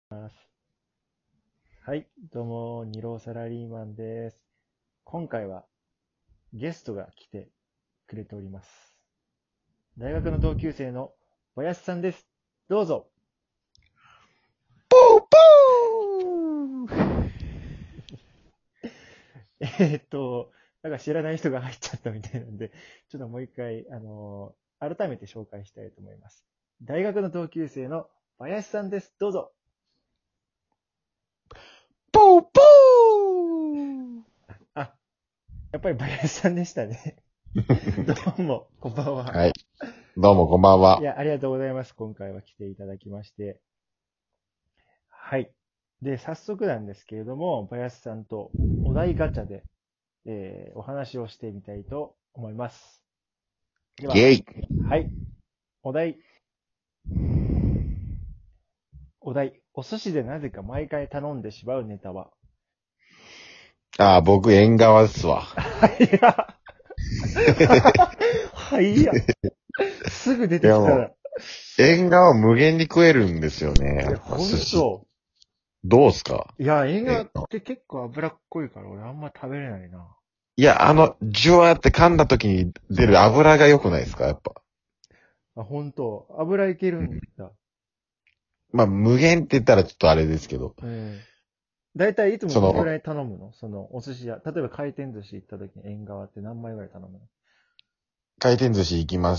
はい、どうも、二浪サラリーマンです。今回はゲストが来てくれております。大学の同級生の林さんです。どうぞ。 ポーポーえーっと、なんか知らない人が入っちゃったみたいなんで、ちょっともう一回、改めて紹介したいと思います。大学の同級生の林さんです。どうぞ。 ポーポーあ、やっぱり林さんでしたね。どうも、こんばんは。 はい。どうもこんばんは。 いや、ありがとうございます。今回は来ていただきまして。はい。で、早速なんですけれども、林さんとお題ガチャで、お話をしてみたいと思います。では、 イェイ。 はい。お題、お寿司でなぜか毎回頼んでしまうネタは？ 僕縁側ですわ。 はいや。はいや。すぐ出いやもてきたら。 う、縁側無限に食えるんですよね。やっぱほ寿司。 んと。 どうすか？ いや、映画っ縁側。 て結構脂っこいから俺あんま食べれないな。 いや、ジュワーって噛んだ時に出る油が良くないですかやっぱ。 あ、ほんと。油いけるうん。 んだ。 まあ、無限って言ったらちょっとあれですけど。 うん。だいたいいつもその、 どんぐらい頼むの？そのお寿司屋。例えば回転寿司行った時に縁側って何枚ぐらい頼むの？ 回転寿司行きます。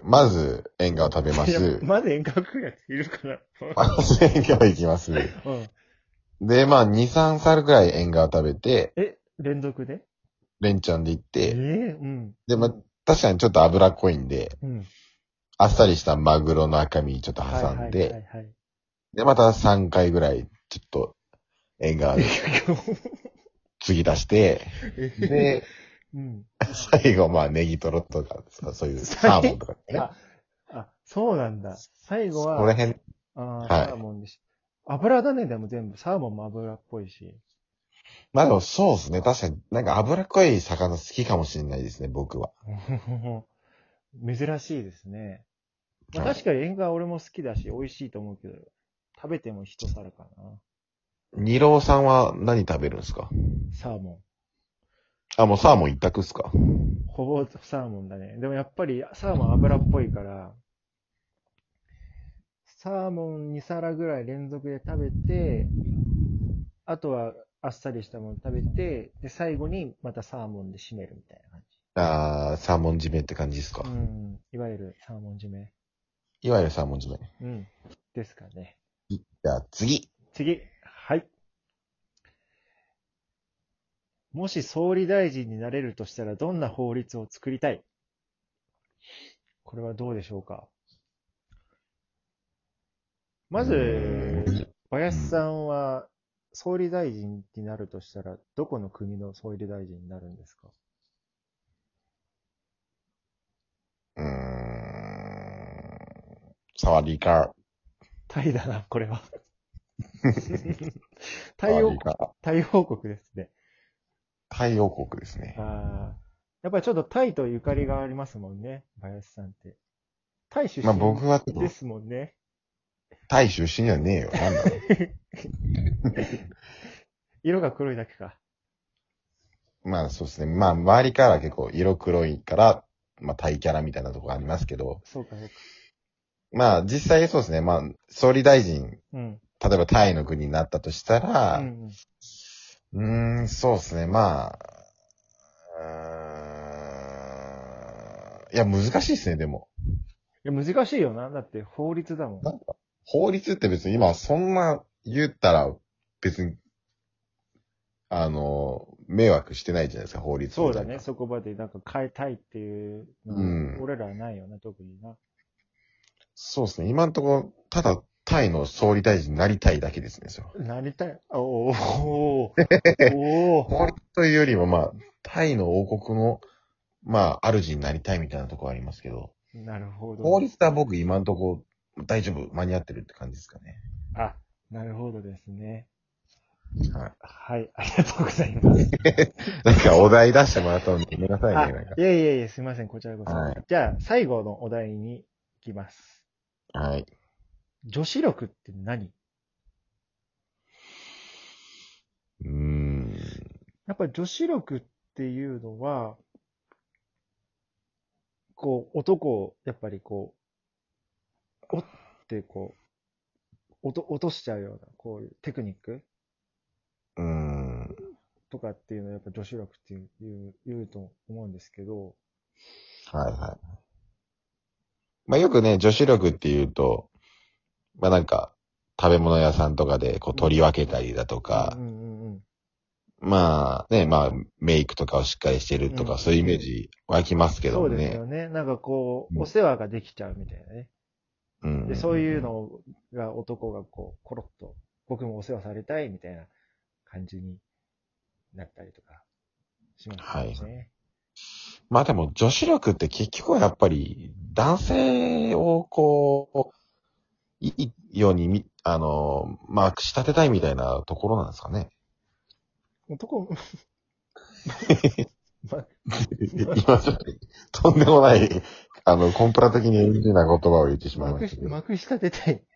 まず、縁側食べまいや、 す。 まだ遠隔食うやついるかな？ まず、縁側行きます。 うん。 で、まあ、2、3皿くらい縁側食べて、 え、連続で？ 連チャンで行って、 うん。 で、まあ、確かにちょっと脂っこいんで、 うん。 あっさりしたマグロの赤身ちょっとはいはいは挟んで、 いはい。 で、また3回ぐらい、ちょっと、縁側で継ぎ出して、 えへへ。 で、 うん。 最後、まあ、ネギトロとか、そういうサーモン最、 とかね。 あ、そうなんだ。最後は、 そこら辺、 サーはい。 モンでし。油だね、でも全部。サーモンも油っぽいし。 まあでもそうですね。確かになんか脂っこい魚好きかもしれないですね、僕は。 珍しいですね。まあ、 はい。 確かに縁側俺も好きだし、美味しいと思うけど、食べても一皿かな。 二郎さんは何食べるんですか？ サーモン。 あ、もうサーモン一択っすか？ ほぼサーモンだね。でもやっぱりサーモン油っぽいから、サーモン2皿ぐらい連続で食べて、あとはあっさりしたもの食べて、で、最後にまたサーモンで締めるみたいな感じ。 サーモン締めって感じですか？ うん。いわゆるサーモン締め。 いわゆるサーモン締め。 うん。ですかね。 じゃあ次。 次。はい。もし総理大臣になれるとしたらどんな法律を作りたい？これはどうでしょうか？ うーまず、 ん。う林さん。 んは総理大臣になるとしたら、どこの国の総理大臣になるんですか？ うーん。サワディーカタイだな、これは。 ー。サタイ王国、 ワディーカー。 タイ王国ですね。 タイ王国ですね。 やっぱりちょっとタイとゆかりがありますもんね、林さんって。タイ出まあ身僕はちょっと、 ですもんね。 タイ出身じゃねえよ。なんなの？ 色が黒いだけか。 まあそうですね。まあ周りから結構色黒いから、まあタイキャラみたいなとこありますけど、 そうか、そうか。 まあ実際そうですね。まあ総理大臣、 うん。 例えばタイの国になったとしたら、 うん、うん。いそうですね。まあ、いや難しいですね、でも。 や、難しいよな。だって法律だもん。 なんか、法律って別に今そんな言ったら別に、迷惑してないじゃないですか、法律そうだね。 なんか。 そこまでなんか変えたいっていうのは、 うん。 俺らはないよな、特にな。 そうですね。今のところ、ただタイの総理大臣になりたいだけですね、それは。 なりたい。おー、 法律というよりも、まあ、タイの王国の、まあ、主になりたいみたいなところありますけど、 なるほど。 法律は僕今のところ大丈夫、間に合ってるって感じですかね。 あ、なるほどですね。 はい。 はい、ありがとうございます。 なんかお題出してもらったのにごめんなさいね、なんか。 いやいやいや、すいません、こちらこそ。 はい。 じゃあ、最後のお題に行きます。 はい。 女子力って何？ やっぱり女子力っていうのは、こう、男を、やっぱりこう、おってこう、落としちゃうような、こういうテクニックうーん。 とかっていうのはやっぱ女子力って言うと思うんですけど、 はいはい。まあよくね、女子力っていうと、まあなんか、食べ物屋さんとかでこううん、 取り分けたりだとか、 うんうんうんまあね、まあメイクとかをしっかりしてるうん。 とか、そういうイメージ湧きますけどそうもね。 ですよね。なんかこう、おうん。 世話ができちゃうみたいなね。 うんうんで、そういううん。 のが男がこう、コロッと、僕もお世話されたいみたいな感じになったりとかしますはい。 よね。 まあでも女子力って結局はやっぱり男性をこう、いいようにまあ、仕立てたいみたいなところなんですかね。 男、ま、 今ちょっと、とんでもない、コンプラ的に NG な言葉を言ってしまいましたけど。 まくし立てたい。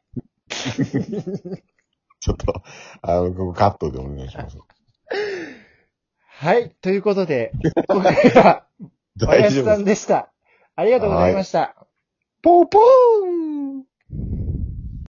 ちょっと、ここカットでお願いします。 はい。ということで、今回は、 大林さ丈夫です。 んでした。ありがとうござはい。 いました。 ポーポーン